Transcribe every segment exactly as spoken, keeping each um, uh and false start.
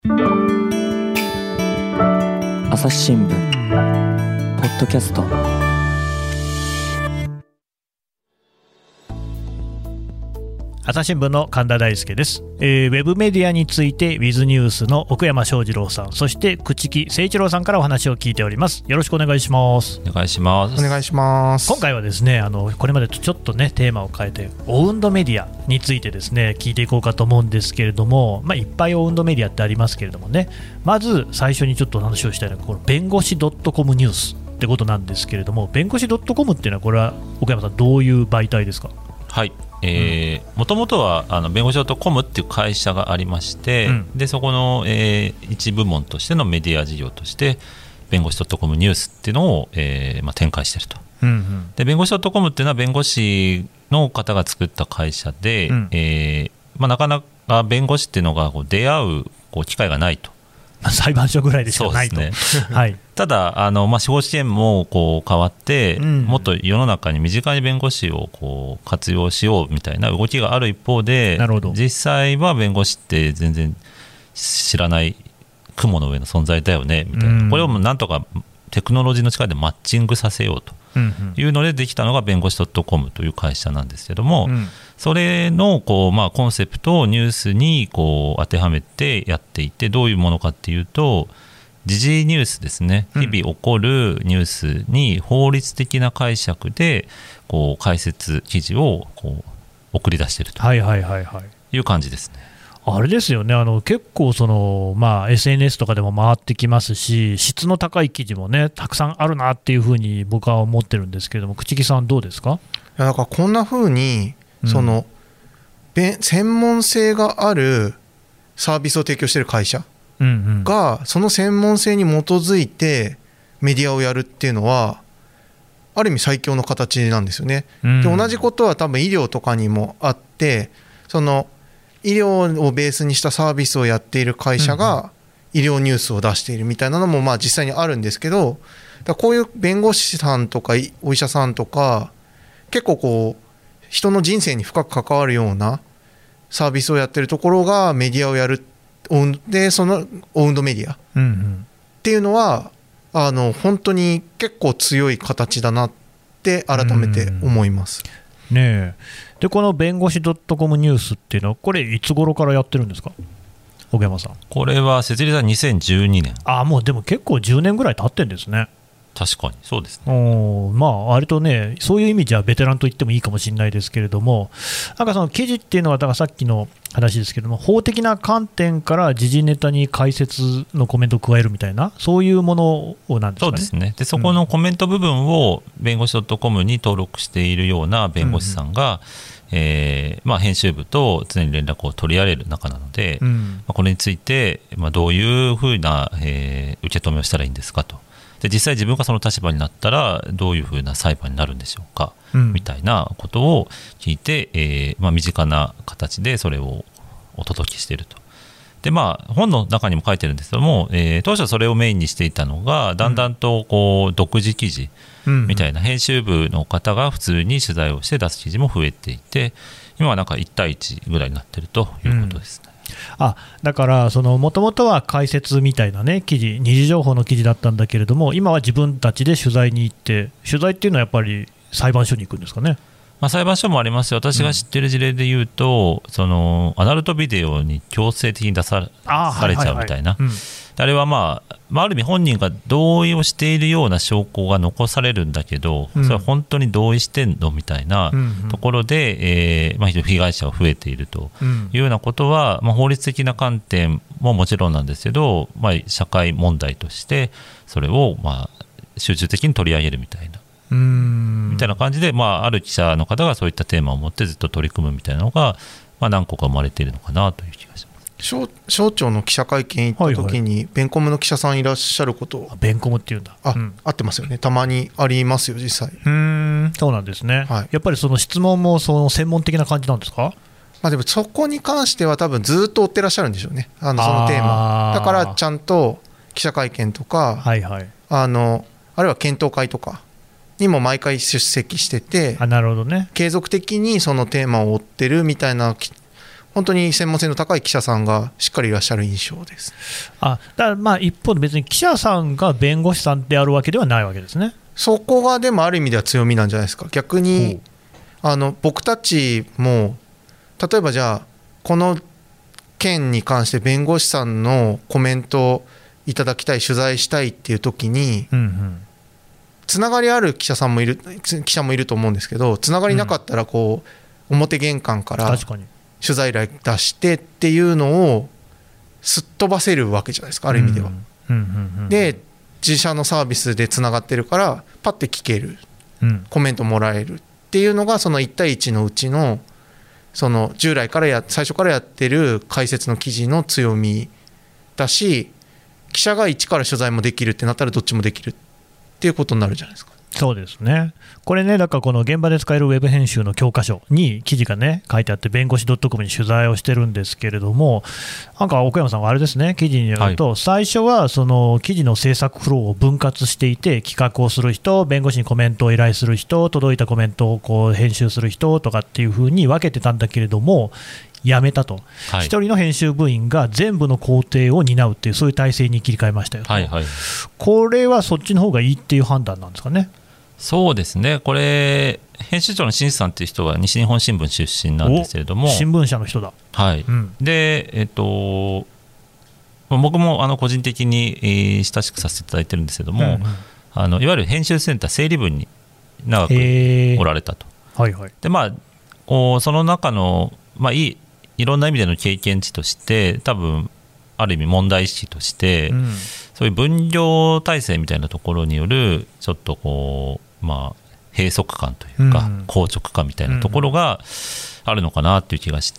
朝日新聞ポッドキャスト。 朝日新聞の神田大輔です、えー、ウェブメディアについてウィズニュースの奥山翔二郎さん、そして朽木誠一郎さんからお話を聞いております。よろしくお願いします。 お願いします。 お願いします。 今回はですね、あのこれまでとちょっとねテーマを変えてオウンドメディアについてですね聞いていこうかと思うんですけれども、まあ、いっぱいオウンドメディアってありますけれどもね、まず最初にちょっとお話をしたいのはこの弁護士 .com ニュースってことなんですけれども、弁護士 .com っていうのはこれは奥山さんどういう媒体ですか？ はい、もともとはあの弁護士 .com っていう会社がありまして、うん、でそこの、えー、一部門としてのメディア事業として弁護士 .com ニュースっていうのを、えーまあ、展開していると、うんうん、で弁護士 .com っていうのは弁護士の方が作った会社で、うんえーまあ、なかなか弁護士っていうのがこう出会うこう機会がないと。 裁判所ぐらいでしかないと。 そうですねはい、ただあの、まあ、司法試験もこう変わって、うん、もっと世の中に身近に弁護士をこう活用しようみたいな動きがある一方で、実際は弁護士って全然知らない雲の上の存在だよねみたいな、うん、これをなんとかテクノロジーの力でマッチングさせようというのでできたのが弁護士 .com という会社なんですけども、うん、それのこう、まあ、コンセプトをニュースにこう当てはめてやっていて、どういうものかっていうと、時事ニュースですね、日々起こるニュースに法律的な解釈でこう解説記事をこう送り出しているという感じですね。 あれですよね、あの結構その、まあ、エスエヌエス とかでも回ってきますし、質の高い記事もねたくさんあるなっていうふうに僕は思ってるんですけれども、朽木さんどうですか？ いやだからこんなふうにその、うん、専門性があるサービスを提供している会社が、うんうん、その専門性に基づいてメディアをやるっていうのはある意味最強の形なんですよね、うん、で同じことは多分医療とかにもあって、その医療をベースにしたサービスをやっている会社が医療ニュースを出しているみたいなのもまあ実際にあるんですけど、だこういう弁護士さんとかお医者さんとか結構こう人の人生に深く関わるようなサービスをやってるところがメディアをやるで、そのオウンドメディアっていうのはあの本当に結構強い形だなって改めて思います。 ねえ、でこの弁護士 .com ニュースっていうのはこれいつ頃からやってるんですか？奥山さん。 これは設立はにせんじゅうにねん。 ああ、もうでも結構じゅうねんぐらい経ってるんですね。 確かにそうですね。 おまあ割とねそういう意味じゃベテランと言ってもいいかもしれないですけれども、なんかその記事っていうのはだからさっきの話ですけれども、法的な観点から時事ネタに解説のコメントを加えるみたいな、そういうものなんですかね。 そうですね。でそこのコメント部分を弁護士 .com に登録しているような弁護士さんが、うんえーまあ、編集部と常に連絡を取り合える中なので、うんまあ、これについて、まあ、どういうふうな、えー、受け止めをしたらいいんですかと。で実際自分がその立場になったらどういうふうな裁判になるんでしょうか、うん、みたいなことを聞いて、えーまあ、身近な形でそれをお届けしていると。で、まあ、本の中にも書いてるんですけども、えー、当初それをメインにしていたのがだんだんとこう独自記事みたいな編集部の方が普通に取材をして出す記事も増えていて、今はなんかいち対いちぐらいになっているということですね。うんあだからもともとは解説みたいな、ね、記事、二次情報の記事だったんだけれども、今は自分たちで取材に行って、取材っていうのはやっぱり裁判所に行くんですかね。 まあ、裁判所もありますよ。私が知ってる事例で言うと、うん、そのアダルトビデオに強制的に出さ、されちゃうみたいな、はいはいはいうん、あれは、まあ、まあある意味本人が同意をしているような証拠が残されるんだけど、それは本当に同意してんのみたいなところで、えーまあ、被害者が増えているというようなことは、まあ、法律的な観点ももちろんなんですけど、まあ、社会問題としてそれをまあ集中的に取り上げるみたいなうーんみたいな感じで、まあ、ある記者の方がそういったテーマを持ってずっと取り組むみたいなのが、まあ、何個か生まれているのかなという気がします。 省, 省庁の記者会見行った時に、はいはい、ベンコムの記者さんいらっしゃること、 ベンコムっていうんだ、 あ、うん、合ってますよね。たまにありますよ実際。 うーんそうなんですね、はい、やっぱりその質問もその専門的な感じなんですか？ まあ、でもそこに関しては多分ずっと追ってらっしゃるんでしょうね、あのそのテーマだからちゃんと記者会見とか、はいはい、あのあるいは検討会とかにも毎回出席してて、 あなるほどね、 継続的にそのテーマを追ってるみたいな、 本当に専門性の高い記者さんがしっかりいらっしゃる印象です。 あだからまあ一方で別に記者さんが弁護士さんであるわけではないわけですね。 そこがでもある意味では強みなんじゃないですか。逆にあの僕たちも例えばじゃあこの件に関して弁護士さんのコメントをいただきたい、取材したいっていう時に、うんうん、つながりある記者さんもいる、記者もいると思うんですけど、つながりなかったらこう表玄関から取材依頼出してっていうのをすっ飛ばせるわけじゃないですか、ある意味では。で自社のサービスでつながってるからパッて聞ける、うん、コメントもらえるっていうのがそのいち対いちのうちのその従来からや最初からやってる解説の記事の強みだし、記者が一から取材もできるってなったらどっちもできるっていうことになるじゃないですか。 そうですね。これね、だからこの現場で使えるウェブ編集の教科書に記事がね書いてあって、弁護士 .com に取材をしてるんですけれども、なんか奥山さんはあれですね、記事によると、はい、最初はその記事の制作フローを分割していて、企画をする人、弁護士にコメントを依頼する人、届いたコメントをこう編集する人とかっていう風に分けてたんだけれども、やめたと、はい、一人の編集部員が全部の工程を担うっていう、そういう体制に切り替えましたよと、はいはい、これはそっちの方がいいっていう判断なんですかね。 そうですね、これ、編集長の新さんという人は西日本新聞出身なんですけれども、 新聞社の人だ、 はいうん、で、えっと、僕もあの個人的に、えー、親しくさせていただいてるんですけども、うんうん、あのいわゆる編集センター整理部に長くおられたと、はいはい、でまあ、こうその中の、まあ、いいいろんな意味での経験値として、多分ある意味問題意識として、うん、そういう分業体制みたいなところによるちょっとこう、まあ、閉塞感というか、うん、硬直感みたいなところがあるのかなという気がして、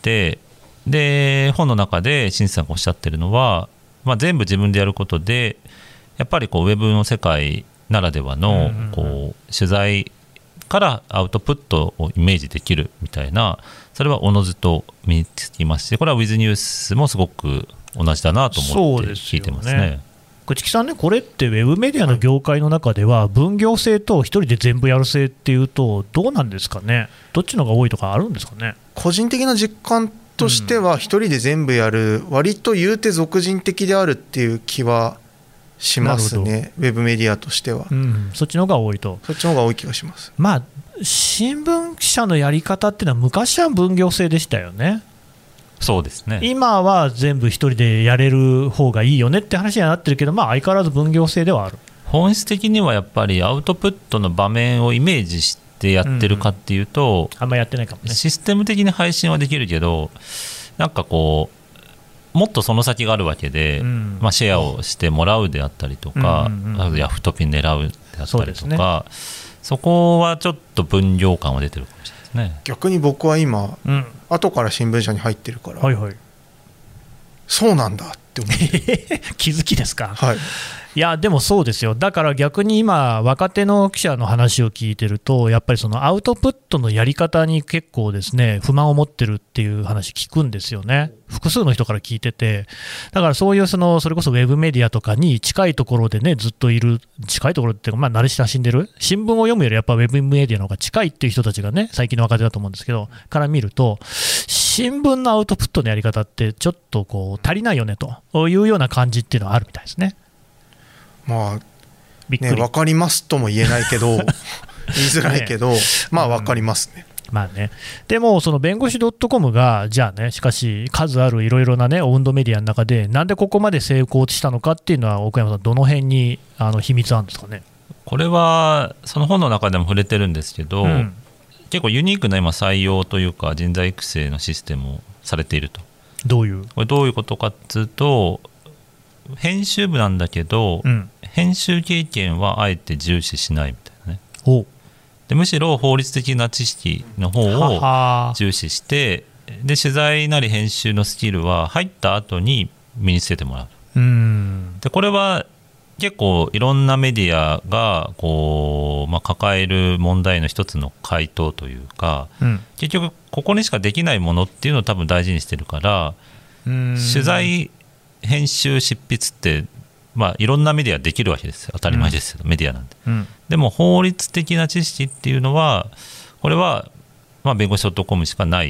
で本の中で新さんがおっしゃってるのは、まあ、全部自分でやることでやっぱりこうウェブの世界ならではのこう取材からアウトプットをイメージできるみたいな、それはおのずと身につきますし、これはウィズニュースもすごく同じだなと思って聞いてますね。 朽木さんね、これってウェブメディアの業界の中では分業制と一人で全部やる制っていうとどうなんですかね。どっちの方が多いとかあるんですかね。 個人的な実感としては一人で全部やる、割と言うて俗人的であるっていう気はしますね、ウェブメディアとしては、 うん、そっちの方が多いと。 そっちの方が多い気がします。 まあ新聞社のやり方っていうのは昔は分業制でしたよね。 そうですね。 今は全部一人でやれる方がいいよねって話にはなってるけど、まあ、相変わらず分業制ではある。 本質的にはやっぱりアウトプットの場面をイメージしてやってるかっていうと、 うん、あんまやってないかもね。 システム的に配信はできるけど、なんかこうもっとその先があるわけで、うんまあ、シェアをしてもらうであったりとか、うんうんうん、ヤフトピン狙うであったりとか、 そ,、ね、そこはちょっと分業感は出てるかもしれないですね。 逆に僕は今、うん、後から新聞社に入ってるから、はいはい、そうなんだって思って気づきですか。 はい、 いやでもそうですよ。だから逆に今若手の記者の話を聞いてると、やっぱりそのアウトプットのやり方に結構ですね不満を持ってるっていう話聞くんですよね。複数の人から聞いてて、だからそういうそのそれこそウェブメディアとかに近いところでねずっといる、近いところっていうかまあ慣れ親しんでる、新聞を読むよりやっぱウェブメディアの方が近いっていう人たちがね最近の若手だと思うんですけどから見ると、新聞のアウトプットのやり方ってちょっとこう足りないよねというような感じっていうのはあるみたいですね。 まあね、分かりますとも言えないけど言いづらいけど、ね、まあ分かりますね、 うん、まあね、でもその弁護士 .com がじゃあね、しかし数あるいろいろなねオウンドメディアの中でなんでここまで成功したのかっていうのは奥山さんどの辺にあの秘密あるんですかね。 これはその本の中でも触れてるんですけど、うん、結構ユニークな今採用というか人材育成のシステムをされていると。 どういうこれどういうことかっていうと、編集部なんだけど、うん、編集経験はあえて重視しないみたいなね。おでむしろ法律的な知識の方を重視して、で取材なり編集のスキルは入った後に身につけてもらう。うーんでこれは結構いろんなメディアがこう、まあ、抱える問題の一つの回答というか、うん、結局ここにしかできないものっていうのを多分大事にしてるから、うーん取材編集執筆って、まあ、いろんなメディアできるわけですよ。当たり前ですけど、うん、メディアなんで、うん、でも法律的な知識っていうのはこれは、まあ、弁護士 .com しかない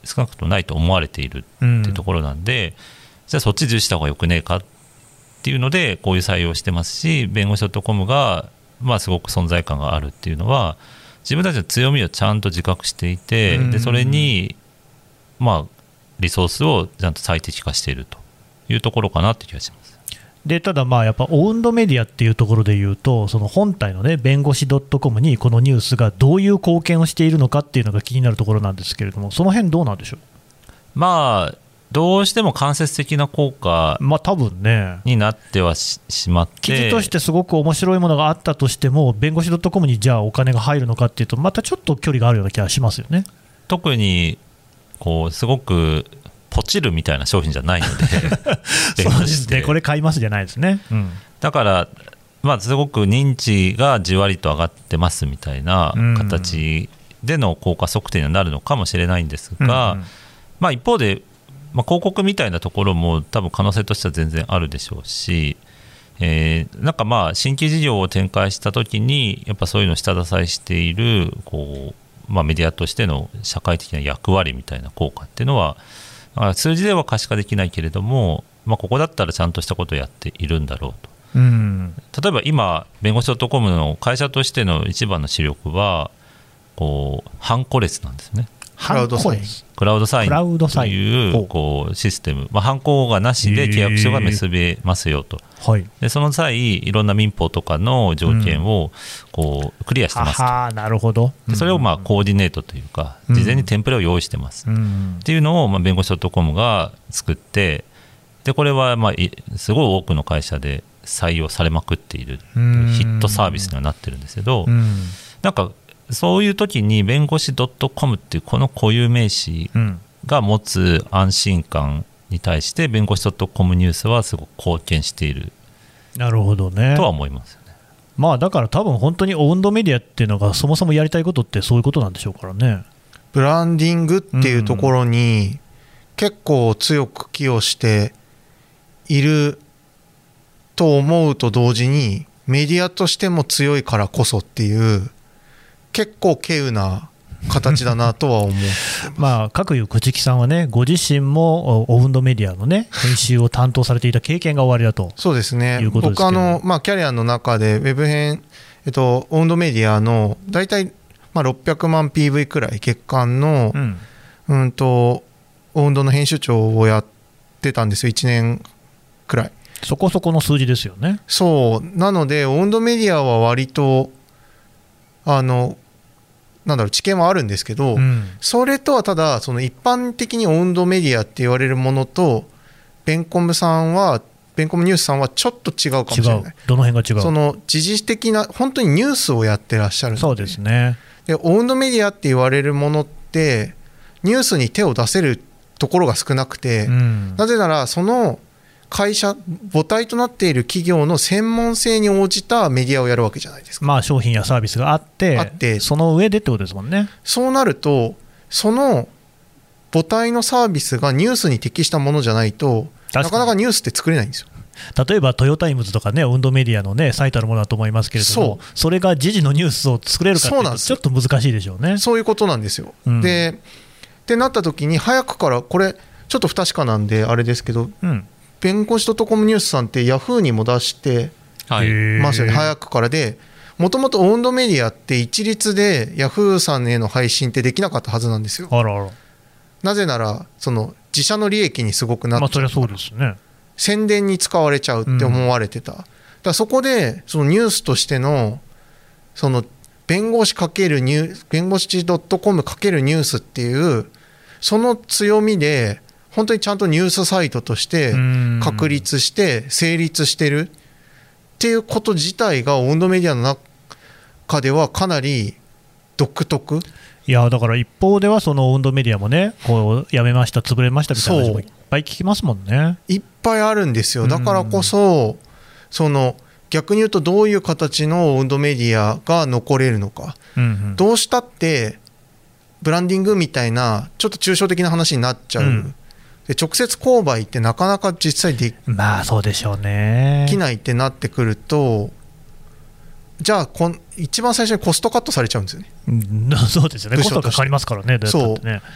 少なくともないと思われているっていうところなんで、うん、じゃあそっち重視した方がよくねえかっていうのでこういう採用してますし、弁護士 .com がまあすごく存在感があるっていうのは自分たちの強みをちゃんと自覚していて、でそれにまあリソースをちゃんと最適化しているというところかなって気がします。 でただ、まあやっぱオウンドメディアっていうところでいうと、その本体の、ね、弁護士 .com にこのニュースがどういう貢献をしているのかっていうのが気になるところなんですけれども、その辺どうなんでしょう。 まあどうしても間接的な効果になっては し, しまって、 記事としてすごく面白いものがあったとしても、弁護士 .com にじゃあお金が入るのかっていうと、またちょっと距離があるような気がしますよね。 特にこうすごくポチるみたいな商品じゃないのでそうですね、これ買いますじゃないですね、うん、 だから、まあ、すごく認知がじわりと上がってますみたいな形での効果測定にはなるのかもしれないんですが、うんうん、まあ、一方で、まあ、広告みたいなところも多分可能性としては全然あるでしょうし、えー、なんかまあ新規事業を展開したときにやっぱそういうのを下支えしているこう、まあ、メディアとしての社会的な役割みたいな効果っていうのは数字では可視化できないけれども、まあ、ここだったらちゃんとしたことをやっているんだろうと、うん、例えば今弁護士 .com の会社としての一番の主力はこうハンコレスなんですね。 クラウドサインクラウドサインというこうシステム、まあ、ハンコがなしで契約書が結べますよと、はい、でその際いろんな民法とかの条件をこうクリアしてますと、うん、 あなるほど、 でそれをまあコーディネートというか、うん、事前にテンプレを用意してます、うん、っていうのをまあ弁護士 .com が作って、でこれはまあすごい多くの会社で採用されまくっているヒットサービスにはなってるんですけど、うん、なんかそういう時に弁護士 .com っていうこの固有名詞が持つ安心感に対して弁護士 .com ニュースはすごく貢献しているなるほどねとは思いますよね。 まあだから多分本当にオウンドメディアっていうのがそもそもやりたいことってそういうことなんでしょうからね。 ブランディングっていうところに結構強く寄与していると思うと同時に、メディアとしても強いからこそっていう結構稀有な形だなとは思うまあ各有口木さんはね、ご自身もオウンドメディアのね編集を担当されていた経験がおありだと。 そうですね、いうことですけど、僕あの、まあ、キャリアの中でウェブ編、えっと、オウンドメディアの大体まあろっぴゃくまん ピーブイ くらい月間の、うんうんとオウンドの編集長をやってたんですよ、いちねんくらい。 そこそこの数字ですよね。 そうなのでオウンドメディアは割とあのなんだろう知見もあるんですけど、うん、それとはただその一般的にオウンドメディアって言われるものとベンコムさんはベンコムニュースさんはちょっと違うかもしれない。違う。 どの辺が違う。 その時事的な本当にニュースをやってらっしゃるので。 そうですね。 でオウンドメディアって言われるものってニュースに手を出せるところが少なくて、うん、なぜならその会社母体となっている企業の専門性に応じたメディアをやるわけじゃないですか。 まあ商品やサービスがあってあってその上でってことですもんね。 そうなるとその母体のサービスがニュースに適したものじゃないとなかなかニュースって作れないんですよ。 例えばトヨタイムズとかね、オウンドメディアのね最たるものだと思いますけれども、 そ, それが時事のニュースを作れるかっていうとちょっと難しいでしょうね。 そういうことなんですよ、うん、でってなった時に早くからこれちょっと不確かなんであれですけど、うん弁護士 .com ニュースさんってヤフーにも出してますよね、早くからで。もともとオウンドメディアって一律でヤフーさんへの配信ってできなかったはずなんですよ。 あらあら。 なぜならその自社の利益にすごくなっちゃう、まあ、そりゃそうですね。宣伝に使われちゃうって思われてた、うん、だからそこでそのニュースとしてのその弁護士×ニュー弁護士 .com ×ニュースっていうその強みで本当にちゃんとニュースサイトとして確立して成立してるっていうこと自体がオウンドメディアの中ではかなり独特。 いやだから一方ではそのオウンドメディアもねこうやめました潰れましたみたいな話もいっぱい聞きますもんね。 いっぱいあるんですよ。だからこそその逆に言うとどういう形のオウンドメディアが残れるのか、うんうん、どうしたってブランディングみたいなちょっと抽象的な話になっちゃう、うんで直接購買ってなかなか実際でき、 まあそうでしょうね、 できないってなってくるとじゃあこん一番最初にコストカットされちゃうんですよね、 うん、そうですよね。コストかかりますからね。 そう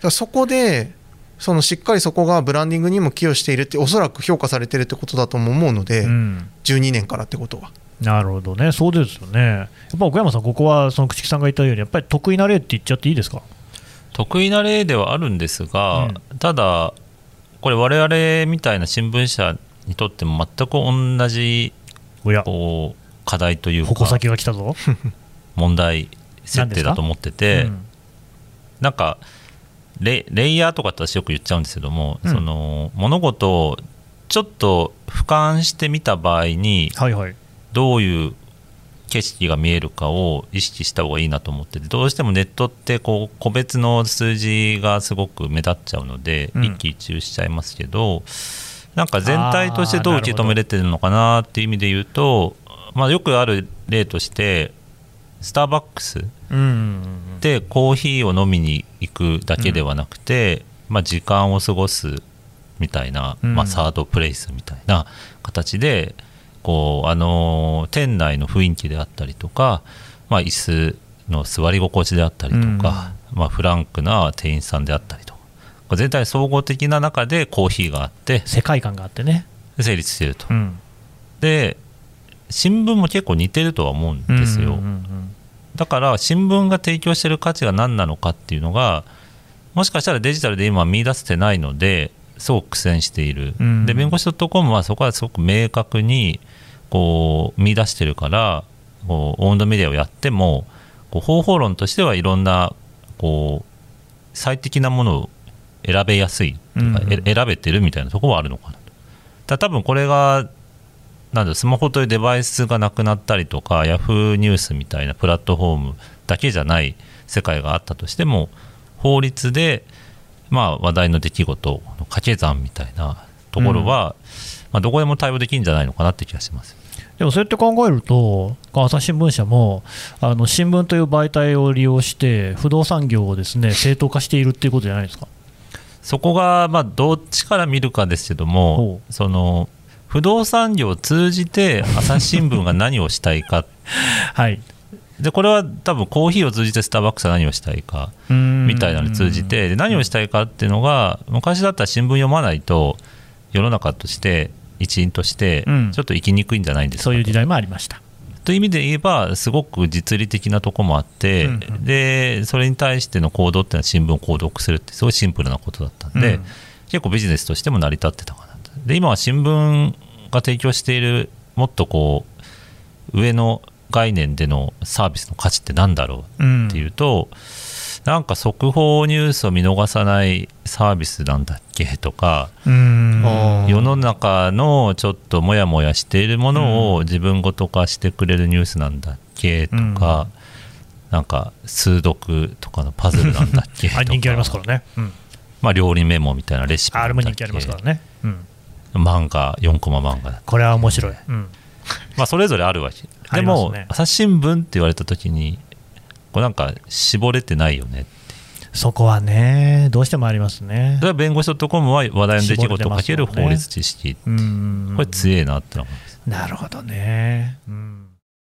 だそこでそのしっかりそこがブランディングにも寄与しているっておそらく評価されてるってことだとも思うので、うん、じゅうにねんからってことは。 なるほどね、そうですよね。やっぱ奥山さん、ここはその朽木さんが言ったようにやっぱり得意な例って言っちゃっていいですか？ 得意な例ではあるんですが、うん、ただこれ我々みたいな新聞社にとっても全く同じこう課題というか矛先が来たぞ問題設定だと思ってて、うん、なんか レ, レイヤーとかって私よく言っちゃうんですけども、うん、その物事をちょっと俯瞰してみた場合に、はいはい、どういう景色が見えるかを意識した方がいいなと思ってて、どうしてもネットってこう個別の数字がすごく目立っちゃうので、うん、一喜一憂しちゃいますけど、なんか全体としてどう受け止めれてるのかなっていう意味で言うと、まあ、よくある例としてスターバックスでコーヒーを飲みに行くだけではなくて、うん、まあ、時間を過ごすみたいな、まあ、サードプレイスみたいな形でこうあの店内の雰囲気であったりとか、まあ、椅子の座り心地であったりとか、うん、まあ、フランクな店員さんであったりとか、全体総合的な中でコーヒーがあって世界観があってね、 成立していると、うん、で新聞も結構似てるとは思うんですよ、うんうんうんうん、だから新聞が提供している価値が何なのかっていうのがもしかしたらデジタルで今見出せてないのですごく苦戦している、うん、で弁護士 .com はそこはすごく明確にこう見出してるから、こうオウンドメディアをやってもこう方法論としてはいろんなこう最適なものを選べやすいとか、うんうん、選べてるみたいなところはあるのかなと。だ多分これがなんだスマホというデバイスがなくなったりとかヤフーニュースみたいなプラットフォームだけじゃない世界があったとしても、法律でまあ話題の出来事の掛け算みたいなところは、うん、まあ、どこでも対応できるんじゃないのかなって気がします。 でもそうやって考えると朝日新聞社もあの新聞という媒体を利用して不動産業をですね正当化しているっていうことじゃないですか。 そこがまあどっちから見るかですけども、その不動産業を通じて朝日新聞が何をしたいか、はい、でこれは多分コーヒーを通じてスターバックスは何をしたいかみたいなのを通じて、で何をしたいかっていうのが昔だったら新聞読まないと世の中として一員としてちょっと生きにくいんじゃないんですか、 うん、そういう時代もありましたという意味で言えばすごく実利的なところもあって、うんうん、でそれに対しての行動っていうのは新聞を購読するってすごいシンプルなことだったんで、うん、結構ビジネスとしても成り立ってたかなと。で今は新聞が提供しているもっとこう上の概念でのサービスの価値って何だろうっていうと、うん、なんか速報ニュースを見逃さないサービスなんだっけとか、うーん世の中のちょっとモヤモヤしているものを自分ごと化してくれるニュースなんだっけとか、うん、なんか数読とかのパズルなんだっけとか人気ありますからね、うん、 まあ、料理メモみたいなレシピなんだっけ、 あれも人気ありますからね、うん、 漫画よんコマ漫画、 これは面白い、うん、まあそれぞれあるわけでも、ね、朝日新聞って言われた時にこれなんか絞れてないよねって、 そこはねどうしてもありますね。 だから弁護士 .com は話題の出来事をかける法律知識、ね、うんこれ強えなって思います。 なるほどね、うん、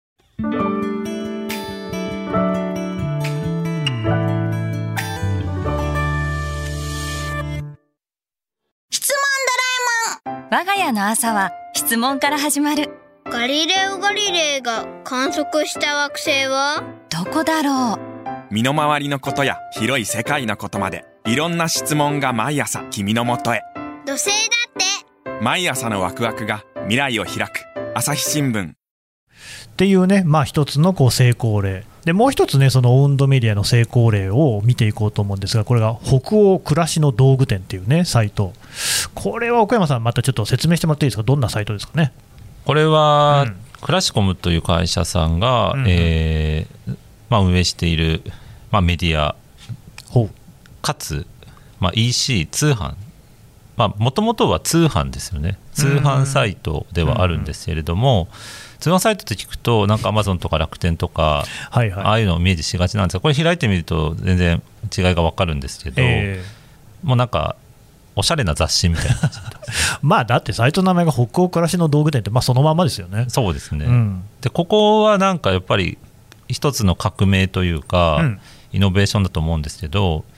質問ドラえもん。我が家の朝は質問から始まる。 ガリレオ・ガリレイが観測した惑星はどこだろう。 身の回りのことや広い世界のことまでいろんな質問が毎朝君のもとへ。 土星だって毎朝のワクワクが未来を開く。朝日新聞っていうね、まあ、一つのこう成功例で、もう一つねそのオウンドメディアの成功例を見ていこうと思うんですが、これが北欧暮らしの道具店っていうねサイト。これは奥山さんまたちょっと説明してもらっていいですか。どんなサイトですかね。 これは、うん、クラシコムという会社さんが、うんえーまあ、運営している、まあ、メディアかつ、まあ、イーシー 通販、もともとは通販ですよね。通販サイトではあるんですけれども、うん、通販サイトって聞くとなんかアマゾンとか楽天とか、はいはい、ああいうのをイメージしがちなんですが、これ開いてみると全然違いが分かるんですけど、えー、もうなんかおしゃれな雑誌みたいなまあだってサイトの名前が北欧暮らしの道具店って、まあ、そのままですよね。 そうですね、うん、でここはなんかやっぱり一つの革命というか、うん、イノベーションだと思うんですけど、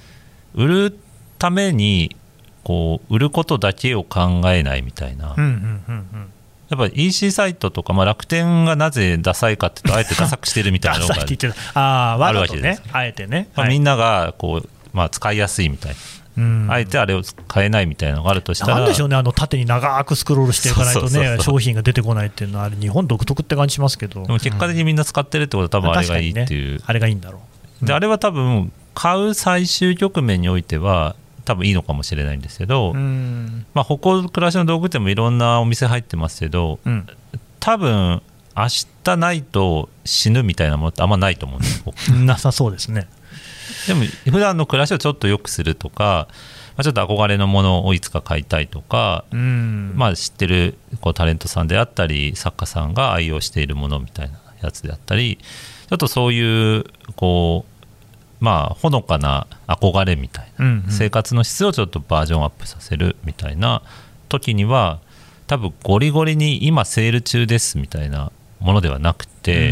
売るためにこう売ることだけを考えないみたいな、うんうんうんうん、やっぱり イーシー サイトとか、まあ、楽天がなぜダサいかっていうとあえてダサくしてるみたいなのがあるわけです。 あえてね、 まあ、みんながこう、まあ、使いやすいみたいな、うん、あえてあれを変えないみたいなのがあるとしたら、 なんでしょうね、あの縦に長くスクロールしていかないとね、そうそうそうそう、商品が出てこないっていうのはあれ日本独特って感じしますけど、 でも結果的にみんな使ってるってことは多分あれがいいっていう、 ね、あれがいいんだろう、であれは多分買う最終局面においては多分いいのかもしれないんですけど、うんまあ、歩行暮らしの道具店もいろんなお店入ってますけど、うん、多分明日ないと死ぬみたいなものってあんまないと思うんですなさそうですね。 でも普段の暮らしをちょっと良くするとか、まあ、ちょっと憧れのものをいつか買いたいとか、うんまあ、知ってるこうタレントさんであったり作家さんが愛用しているものみたいなやつであったり、ちょっとそういうこうまあ、ほのかな憧れみたいな、うんうん、生活の質をちょっとバージョンアップさせるみたいな時には多分ゴリゴリに今セール中ですみたいなものではなくて、うん、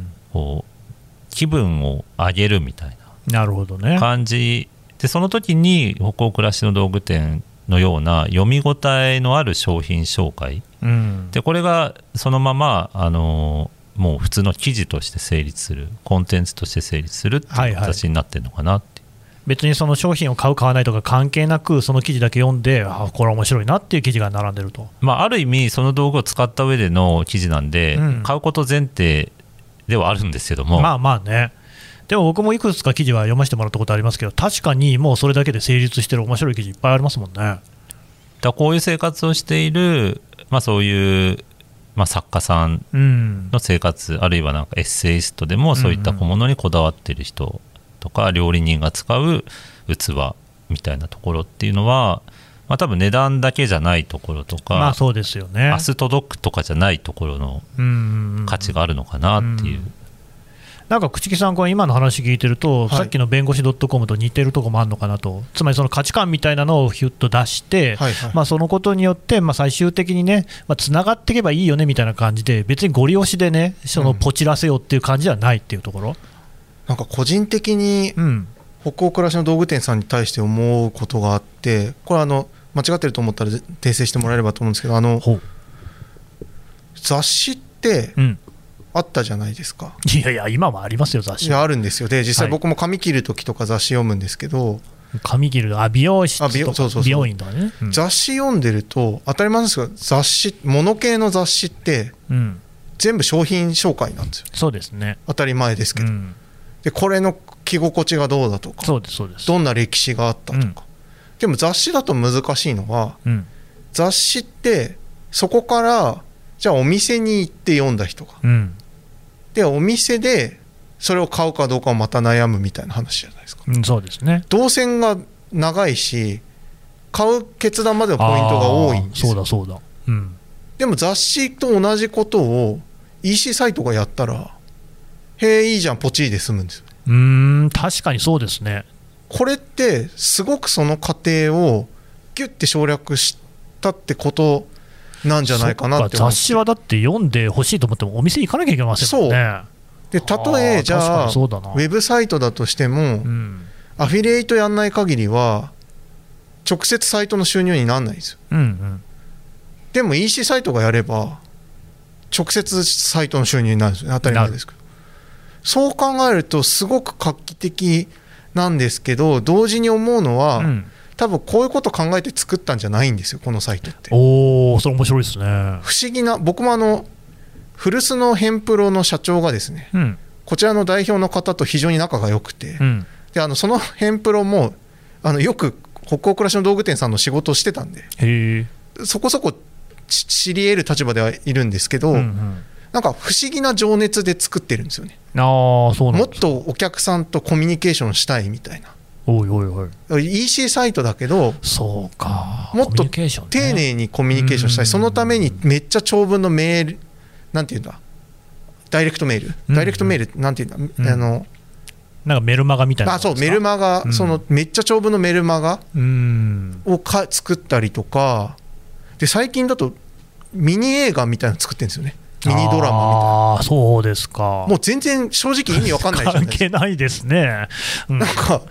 こう気分を上げるみたいな感じで、その時に歩行暮らしの道具店のような読み応えのある商品紹介、うん、でこれがそのままあのもう普通の記事として成立する、コンテンツとして成立するっていう形になってるのかなって、はいはい、 別にその商品を買う買わないとか関係なくその記事だけ読んで、あこれ面白いなっていう記事が並んでると、 まあ、ある意味その道具を使った上での記事なんで、うん、買うこと前提ではあるんですけども、 まあまあね、でも僕もいくつか記事は読ませてもらったことありますけど、確かにもうそれだけで成立してる面白い記事いっぱいありますもんね。 だこういう生活をしている、まあ、そういうまあ、作家さんの生活、うん、あるいはなんかエッセイストでもそういった小物にこだわっている人とか、うんうん、料理人が使う器みたいなところっていうのは、まあ、多分値段だけじゃないところとか、 まあそうですよね、 明日届くとかじゃないところの価値があるのかなっていう、うんうんうん、 なんか朽木さん、これ今の話聞いてると、はい、さっきの弁護士 .com と似てるところもあるのかなと、つまりその価値観みたいなのをヒュッと出して、はいはい、まあ、そのことによって、まあ、最終的にね、まあ、つながっていけばいいよねみたいな感じで、別にご利用しでね、そのポチらせようっていう感じではないっていうところ、うん、 なんか個人的に、歩行暮らしの道具店さんに対して思うことがあって、これあの、間違ってると思ったら訂正してもらえればと思うんですけど、あの雑誌って、うんあったじゃないですか。 いやいや今もありますよ、雑誌。 いやあるんですよ。で実際僕も髪切る時とか雑誌読むんですけど、はい、 髪切るあ美容室とか美容、そうそうそう、美容院とかね、うん、 雑誌読んでると当たり前ですが、雑誌物系の雑誌って、うん、全部商品紹介なんですよ。 そうですね、 当たり前ですけど、うん、でこれの着心地がどうだとか、 そうですそうです、 どんな歴史があったとか、うん、でも雑誌だと難しいのは、うん、雑誌ってそこからじゃあお店に行って読んだ人が、うんでお店でそれを買うかどうかをまた悩むみたいな話じゃないですか、 うん、そうですね。 動線が長いし買う決断までのポイントが多いんですよ。 そうだそうだ、うん、 でも雑誌と同じことを イーシー サイトがやったらへえいいじゃんポチーで済むんですよ。 うーん確かにそうですね。 これってすごくその過程をギュッて省略したってことなんじゃないかなって思って。 雑誌はだって読んでほしいと思ってもお店行かなきゃいけませんもんね。 そうで例えじゃあウェブサイトだとしても、うん、アフィリエイトやんない限りは直接サイトの収入にならないんですよ、うんうん、でも イーシー サイトがやれば直接サイトの収入になるんですよね。当たり前ですけど、そう考えるとすごく画期的なんですけど、同時に思うのは、うん多分こういうこと考えて作ったんじゃないんですよこのサイトって。 おーそれ面白いですね。 不思議な、僕もあの古巣のヘンプロの社長がですね、うん、こちらの代表の方と非常に仲が良くて、うん、であのそのヘンプロもあのよく北欧暮らしの道具店さんの仕事をしてたんで、へそこそこ知り得る立場ではいるんですけど、うんうん、なんか不思議な情熱で作ってるんですよね。 あーそうなんですか。 もっとお客さんとコミュニケーションしたいみたいな。 おいおいおいイーシー サイトだけどそうかもっと丁寧にコミュニケーションしたい、そのためにめっちゃ長文のメールなんていうんだダイレクトメール、うん、ダイレクトメールなんていうんだ、うん、あのなんかメルマガみたいな。 あそうメルマガ、うん、そのめっちゃ長文のメルマガをか作ったりとかで、最近だとミニ映画みたいなの作ってるんですよね。ミニドラマみたいな。 あそうですか。 もう全然正直意味わかんないじゃないですか。 関係ないですね、 うん、なんか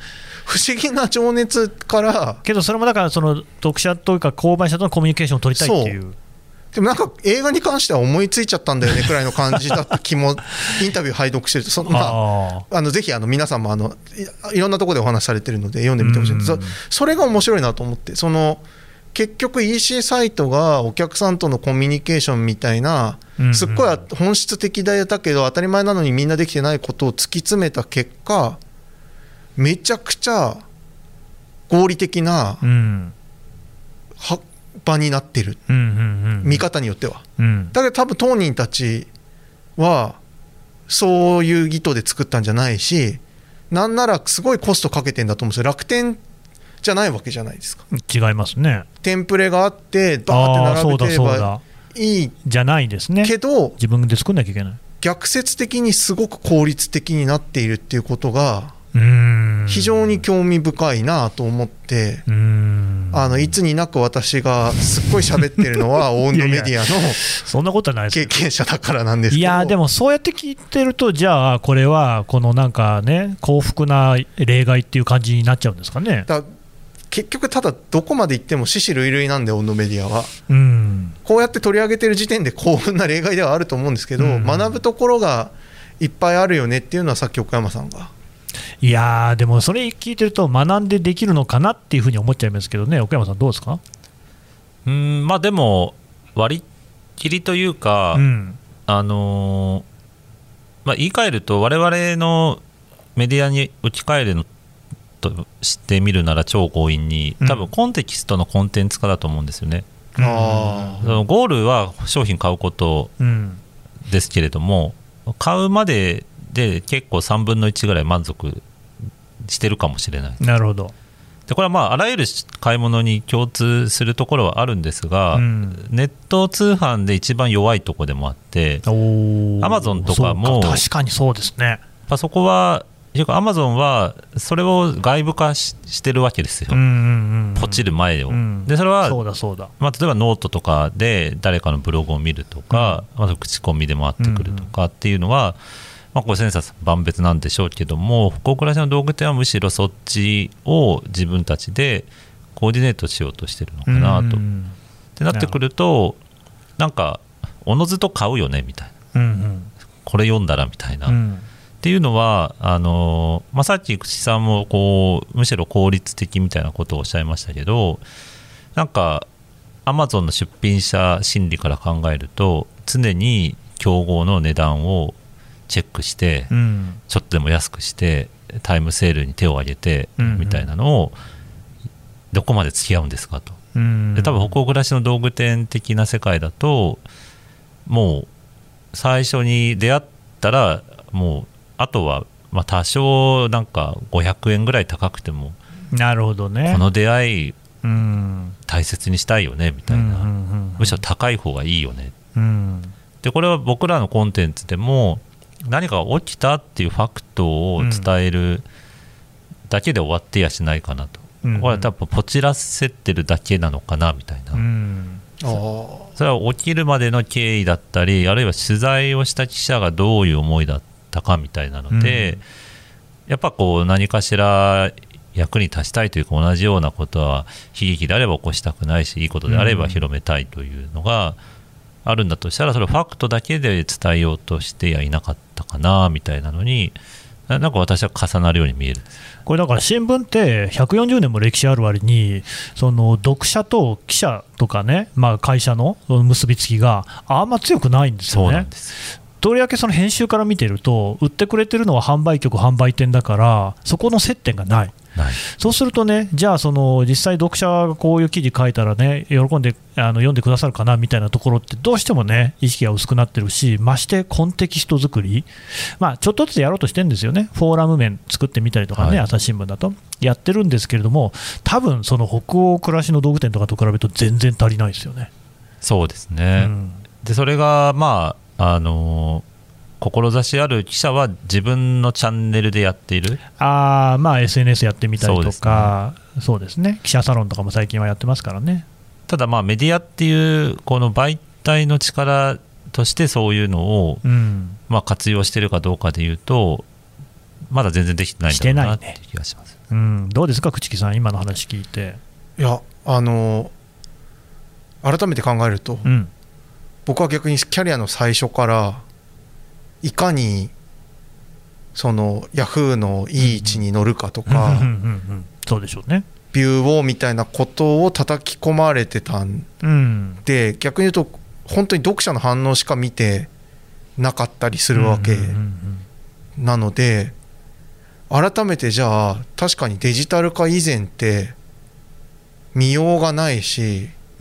不思議な情熱から。 けどそれもだからその読者というか購買者とのコミュニケーションを取りたいっていう。 でもなんか映画に関しては思いついちゃったんだよねくらいの感じだった気もインタビュー拝読してるとそ、まあ、あのぜひあの皆さんもあの い, いろんなところでお話しされてるので読んでみてほしいんです。 そ, それが面白いなと思って、その結局 イーシー サイトがお客さんとのコミュニケーションみたいなすっごい本質的だけど当たり前なのにみんなできてないことを突き詰めた結果、めちゃくちゃ合理的な、うん、は場になってる、うんうんうん、見方によっては、うん、だけど多分当人たちはそういう意図で作ったんじゃないし、なんならすごいコストかけてんだと思うんですよ。楽天じゃないわけじゃないですか。 違いますね。 テンプレがあってバーって並べてればいいじゃないですね。 けど自分で作んなきゃいけない。 逆説的にすごく効率的になっているっていうことが非常に興味深いなと思って、うーん、あのいつになく私がすっごい喋ってるのはオウンドメディアのそんなことはない経験者だからなんですけど、 いやでもそうやって聞いてると、じゃあこれはこのなんかね幸福な例外っていう感じになっちゃうんですかね。 だ結局ただどこまで行っても獅子類類なんでオウンドメディアは、うん、こうやって取り上げてる時点で幸運な例外ではあると思うんですけど、うん、学ぶところがいっぱいあるよねっていうのはさっき岡山さんが。 いやーでもそれ聞いてると学んでできるのかなっていうふうに思っちゃいますけどね。岡山さんどうですか。 うーん、まあでも割り切りというか、うん、あのーまあ、言い換えると我々のメディアに置き換えるのとしてみるなら超強引に多分コンテキストのコンテンツ化だと思うんですよね、うん、あそのゴールは商品買うことですけれども、うん、買うまでで結構さんぶんのいちぐらい満足してるかもしれない。 なるほど。 でこれはまああらゆる買い物に共通するところはあるんですが、うん、ネット通販で一番弱いところでもあって、アマゾンとかもか確かにそうですね。 そこはアマゾンはそれを外部化 し, してるわけですよ、うんうんうん、ポチる前を、うん、でそれはそうだそうだ、 まあ、例えばノートとかで誰かのブログを見るとか、うん、まあ、口コミで回ってくるとかっていうのは、うんうん、まあ、これ千差万別なんでしょうけども、福岡暮らしの道具店はむしろそっちを自分たちでコーディネートしようとしてるのかなと、うん、ってなってくるとなんかおのずと買うよねみたいな、うんうん、これ読んだらみたいな、うん、っていうのはあの、まあ、さっき口さんもこうむしろ効率的みたいなことをおっしゃいましたけど、なんかアマゾンの出品者心理から考えると常に競合の値段をチェックして、うん、ちょっとでも安くしてタイムセールに手を挙げてみたいなのをどこまで付き合うんですかと、うん、で多分北欧暮らしの道具店的な世界だともう最初に出会ったらもうあとはまあ多少なんかごひゃくえんぐらい高くても、 なるほどね、 この出会い大切にしたいよねみたいな、うんうんうんうん、むしろ高い方がいいよね、うん、でこれは僕らのコンテンツでも何かが起きたっていうファクトを伝えるだけで終わってやしないかなと、うんうん、これは多分ポチらせてるだけなのかなみたいな、うん、そ, それは起きるまでの経緯だったり、あるいは取材をした記者がどういう思いだったかみたいなので、うん、やっぱこう何かしら役に立ちたいというか同じようなことは悲劇であれば起こしたくないし、いいことであれば広めたいというのがあるんだとしたら、それをファクトだけで伝えようとしてはいなかったかなみたいなのになんか私は重なるように見える。 これだから新聞ってひゃくよんじゅうねんも歴史ある割にその読者と記者とかね、まあ、会社の結びつきがあんま強くないんですよね。 そうなんです。 とりわけその編集から見てると売ってくれてるのは販売局販売店だからそこの接点がない。 ない。 そうするとね、じゃあその実際読者がこういう記事書いたらね喜んであの読んでくださるかなみたいなところってどうしてもね意識が薄くなってるし、ましてコンテキスト作り、まあ、ちょっとずつやろうとしてるんですよね。フォーラム面作ってみたりとかね、はい、朝日新聞だとやってるんですけれども、多分その北欧暮らしの道具店とかと比べると全然足りないですよね。 そうですね、うん、でそれがまああのー志ある記者は自分のチャンネルでやっている、 あ、まあ、エスエヌエス やってみたりとか、そうですね、記者サロンとかも最近はやってますからね。 ただまあメディアっていうこの媒体の力としてそういうのを、うん、まあ、活用しているかどうかでいうとまだ全然できてないんだろうなっていう気がします。 うん、どうですか朽木さん、今の話聞いて。 いやあの改めて考えると、うん、僕は逆にキャリアの最初からいかにそのヤフーのいい位置に乗るかとか、 そうでしょうね、 ビューをみたいなことを叩き込まれてたんで、うん、逆に言うと本当に読者の反応しか見てなかったりするわけなので、改めてじゃあ確かにデジタル化以前って見ようがないし、うん、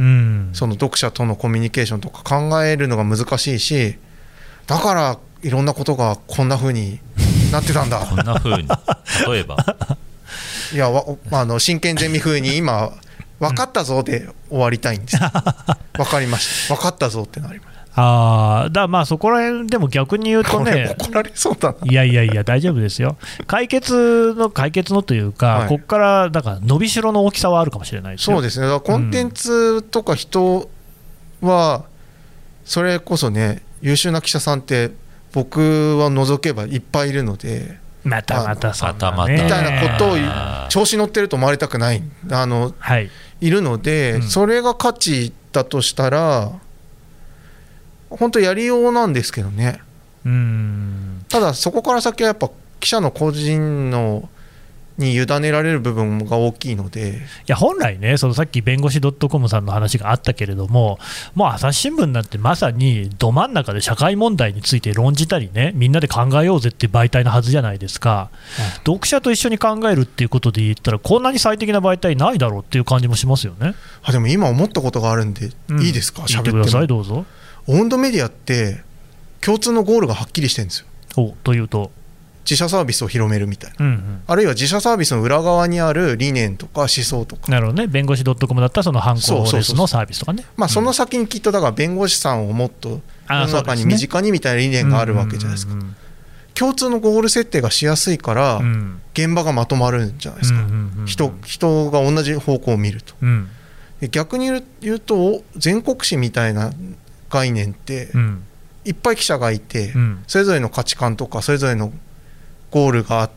その読者とのコミュニケーションとか考えるのが難しいし、だからいろんなことがこんな風になってたんだこんな風に例えばいやあの真剣ゼミ風に今分かったぞで終わりたいんです分かりました、分かったぞってなります。 あだまあそこら辺でも逆に言うとね、 怒られそうだな。 いやいやいや大丈夫ですよ、解決の解決のというか、はい、ここからだから伸びしろの大きさはあるかもしれないですよ。 そうですね、だからコンテンツとか人はそれこそね、優秀な記者さんって僕は除けばいっぱいいるので、 またまたそんなねみたいなことを調子乗ってると思われたくないあの、はい、いるので、うん、それが価値だとしたら本当やりようなんですけどね。うーん、ただそこから先はやっぱ記者の個人のに委ねられる部分が大きいので、いや本来ね、そのさっき弁護士 .com さんの話があったけれども、もう朝日新聞なんてまさにど真ん中で社会問題について論じたりね、みんなで考えようぜっていう媒体のはずじゃないですか、うん、読者と一緒に考えるっていうことで言ったらこんなに最適な媒体ないだろうっていう感じもしますよね。 あでも今思ったことがあるんで、うん、いいですか、喋っても。 言ってください、どうぞ。 オウンドメディアって共通のゴールがはっきりしてるんですよ。 おというと自社サービスを広めるみたいな、うんうん、あるいは自社サービスの裏側にある理念とか思想とか。 なるほどね、弁護士 .com だったらその犯行レスのサービスとかね、 まあ、その先にきっとだから弁護士さんをもっと世の中に身近にみたいな理念があるわけじゃないですか。共通のゴール設定がしやすいから現場がまとまるんじゃないですか、うんうんうんうん、人, 人が同じ方向を見ると、うん、で逆に言うと全国紙みたいな概念っていっぱい記者がいて、うん、それぞれの価値観とかそれぞれのゴールがあって、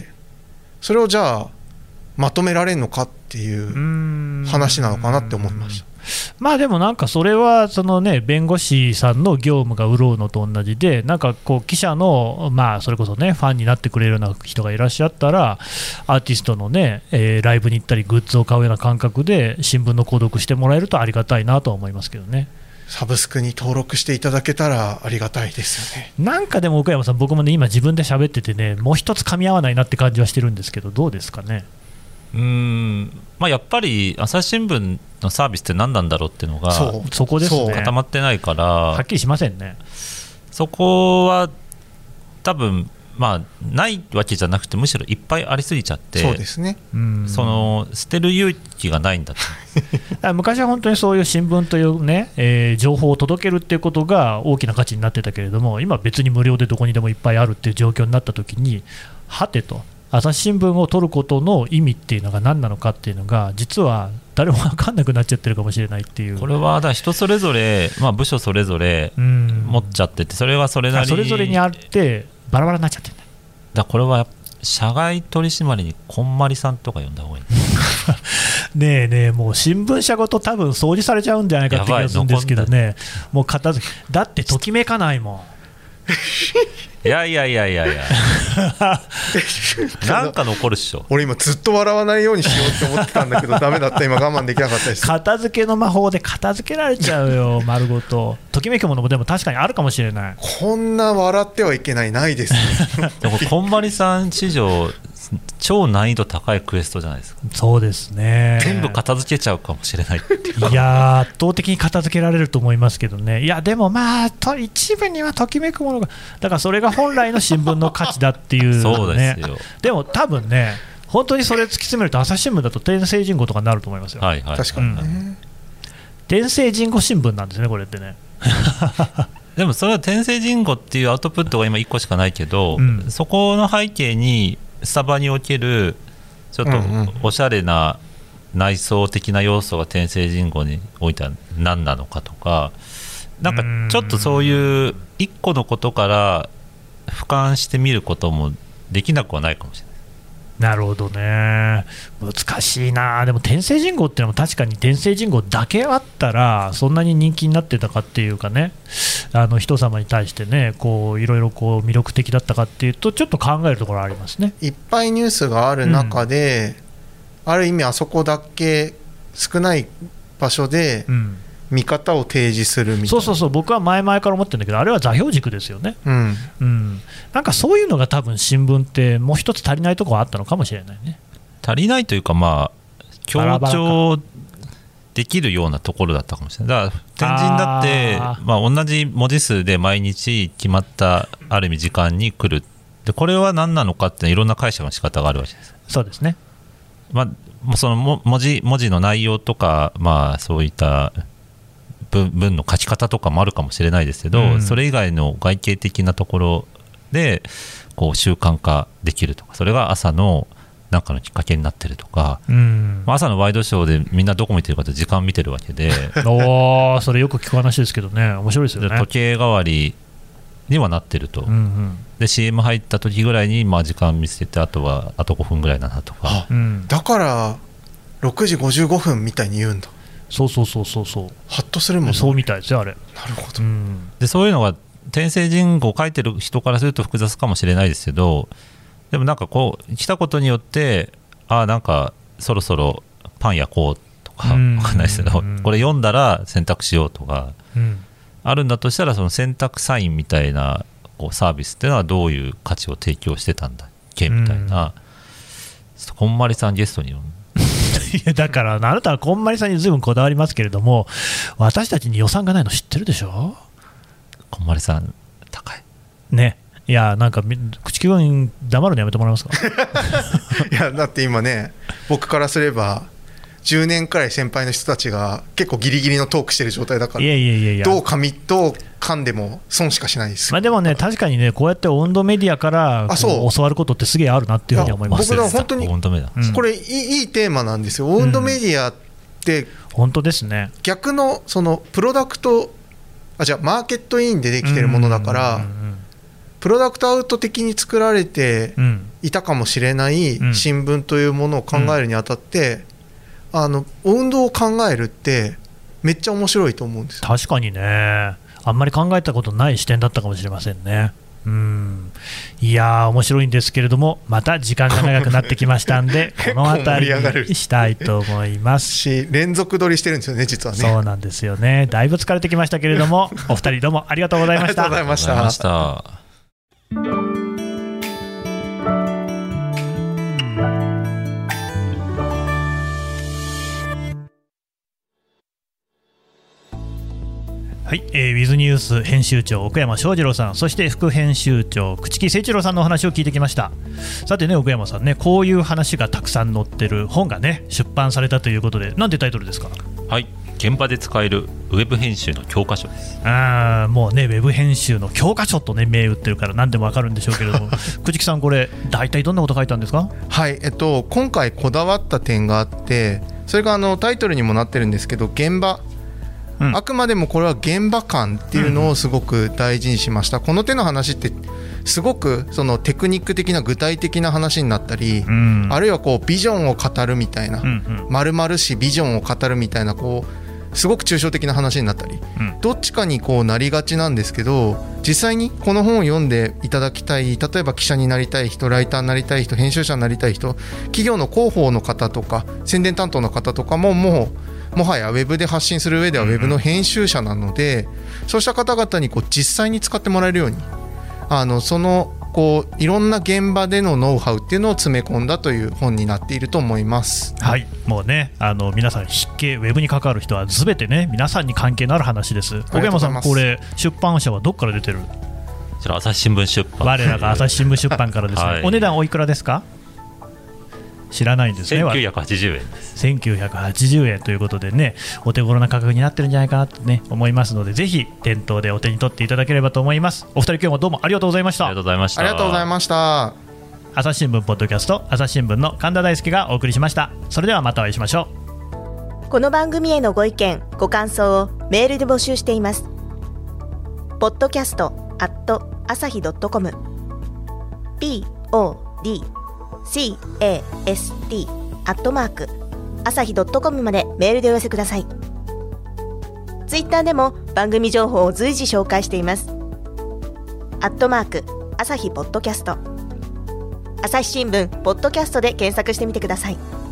それをじゃあまとめられるのかっていう話なのかなって思いました。 まあでもなんかそれはそのね、弁護士さんの業務が潤うのと同じで、なんかこう記者のまあそれこそねファンになってくれるような人がいらっしゃったら、アーティストのね、えー、ライブに行ったりグッズを買うような感覚で新聞の購読してもらえるとありがたいなとは思いますけどね。 サブスクに登録していただけたらありがたいですよね。 なんかでも奥山さん、僕もね今自分で喋っててね、もう一つ噛み合わないなって感じはしてるんですけど、どうですかね。 うーん、まあ、やっぱり朝日新聞のサービスって何なんだろうっていうのがそこですね、 固まってないからはっきりしませんね。 そこは多分まあないわけじゃなくて、むしろいっぱいありすぎちゃって、 そうですね、 うんその捨てる勇気がないんだと昔は本当にそういう新聞というね、えー、情報を届けるっていうことが大きな価値になってたけれども、今別に無料でどこにでもいっぱいあるっていう状況になったときに、はてと朝日新聞を取ることの意味っていうのが何なのかっていうのが実は誰も分かんなくなっちゃってるかもしれないっていう。 これはだ人それぞれ、まあ、部署それぞれ持っちゃってて、それはそれなりにそれぞれにあってバラバラになっちゃってるんだ。 だこれは社外取締りにこんまりさんとか呼んだ方がいいねえねえ、もう新聞社ごと多分掃除されちゃうんじゃないかって気がするんですけどね。もう片付けだってときめかないもんいやいやいやいやいやなんか残るっしょ。 俺今ずっと笑わないようにしようって思ってたんだけどダメだった、今我慢できなかったです。 片付けの魔法で片付けられちゃうよ丸ごと。ときめくものもでも確かにあるかもしれない。 こんな笑ってはいけないないです、ね、 でもこんまりさん史上超難易度高いクエストじゃないですか。 そうですね、 全部片付けちゃうかもしれないいや圧倒的に片付けられると思いますけどね。いやでもまあと一部にはときめくものが、だからそれが本来の新聞の価値だっていう、ね、 そうですよ。 でも多分ね、本当にそれ突き詰めると朝日新聞だと天聖人語とかになると思いますよ。 はいはい、 確かにね、うん、 天聖人語新聞なんですねこれってねでもそれは天聖人語っていうアウトプットが今いっこしかないけど、うん、そこの背景にスタバにおけるちょっとおしゃれな内装的な要素が天聖人語においては何なのかとか、なんかちょっとそういういっこのことから俯瞰してみることもできなくはないかもしれない。 なるほどね、難しいな。でも天聖人号っていうのも確かに天聖人号だけあったらそんなに人気になってたかっていうかね、あの人様に対してねこういろいろこう魅力的だったかっていうとちょっと考えるところありますね。 いっぱいニュースがある中で、うん、ある意味あそこだけ少ない場所で、うん見方を提示するみたいな。 そうそうそう、僕は前々から思ってるんだけど、あれは座標軸ですよね、 うんうん、なんかそういうのが多分新聞ってもう一つ足りないところがあったのかもしれないね。 足りないというか、まあ強調できるようなところだったかもしれない。だから天神だって、あ、まあ、同じ文字数で毎日決まったある意味時間に来る。でこれは何なのかっていろんな解釈の仕方があるわけです。 そうですね、 まあ、その文字、文字の内容とか、まあ、そういった文の書き方とかもあるかもしれないですけど、うん、それ以外の外形的なところでこう習慣化できるとか、それが朝のなんかのきっかけになってるとか、うん、朝のワイドショーでみんなどこ見てるかと時間見てるわけでおそれよく聞く話ですけどね、面白いですよね。 時計代わりにはなってると、うんうん、で シーエム 入った時ぐらいにまあ時間見せて、あとはあとごふんぐらいだなとか、 うん、だからろくじごじゅうごふんみたいに言うんだ。 そうそうそうそうそう、 ハッとするもんね。 そうみたいですよあれ。 なるほど、 うん、 でそういうのが天聖人号を書いてる人からすると複雑かもしれないですけど、でもなんかこう来たことによって、ああなんかそろそろパン焼こうとか分かんないですけど、これ読んだら選択しようとか、うん、あるんだとしたら、その選択サインみたいなこうサービスっていうのはどういう価値を提供してたんだっけみたいな、うん、こんまりさんゲストに呼んでいやだからあなたはこんまりさんにずいぶんこだわりますけれども、私たちに予算がないの知ってるでしょ。 こんまりさん高いね。いやなんか口木君黙るのやめてもらえますかいやだって今ね、僕からすればじゅうねんくらい先輩の人たちが結構ギリギリのトークしてる状態だから、 いやいやいやいや、 どう噛みどう噛んでも損しかしないです。 まあ、でもね確かにね、こうやって温度メディアから教わることってすげえあるなっていうふうに思います。 僕は本当にこれいい、いいテーマなんですよ。温度メディアって、うん、 本当ですね。 逆のそのプロダクトあじゃあマーケットインでできてるものだから、うんうんうんうん、プロダクトアウト的に作られていたかもしれない新聞というものを考えるにあたって、うん、あの運動を考えるってめっちゃ面白いと思うんですよ。 確かにね、あんまり考えたことない視点だったかもしれませんね。うん、いやー面白いんですけれども、また時間が長くなってきましたんでこの辺りにしたいと思いますし、連続撮りしてるんですよね実はね。 そうなんですよね、だいぶ疲れてきましたけれどもお二人どうもありがとうございました。 ありがとうございました。 はい、えー、ウィズニュース編集長奥山翔二郎さん、そして副編集長朽木誠一郎さんのお話を聞いてきました。さてね奥山さんね、こういう話がたくさん載ってる本がね出版されたということで、なんてタイトルですか？ はい、現場で使えるウェブ編集の教科書です。 あーもうねウェブ編集の教科書とね銘打ってるから何でもわかるんでしょうけれども朽木さんこれ大体どんなこと書いたんですか？ はい、えっと、今回こだわった点があって、それがあのタイトルにもなってるんですけど、現場、うん、あくまでもこれは現場感っていうのをすごく大事にしました。うん、この手の話ってすごくそのテクニック的な具体的な話になったり、うん、あるいはこうビジョンを語るみたいな、丸々しビジョンを語るみたいな、こうすごく抽象的な話になったり、うん、どっちかにこうなりがちなんですけど、実際にこの本を読んでいただきたい、例えば記者になりたい人、ライターになりたい人、編集者になりたい人、企業の広報の方とか宣伝担当の方とかももうもはやウェブで発信する上ではウェブの編集者なので、うん、そうした方々にこう実際に使ってもらえるように、あのそのこういろんな現場でのノウハウっていうのを詰め込んだという本になっていると思います。 はい、もうねあの皆さん筆記ウェブに関わる人は全てね皆さんに関係のある話です。岡山さん、これ出版社はどこから出てる？こちら朝日新聞出版。 我らが朝日新聞出版からですね、はい、お値段おいくらですか？知らないんですね。 せんきゅうひゃくはちじゅうえんです。 せんきゅうひゃくはちじゅうえんということでね、お手頃な価格になってるんじゃないかなと、ね、思いますので、ぜひ店頭でお手に取っていただければと思います。お二人今日もどうもありがとうございました。 ありがとうございました。 ありがとうございました。 朝日新聞ポッドキャスト、朝日新聞の神田大輔がお送りしました。それではまたお会いしましょう。この番組へのご意見ご感想をメールで募集しています。ポッドキャストアット朝日ドットコム ポッドシーエーエスティー アットマーク朝日 .com までメールでお寄せください。ツイッターでも番組情報を随時紹介しています。アットマーク朝日ポッドキャスト、朝日新聞ポッドキャストで検索してみてください。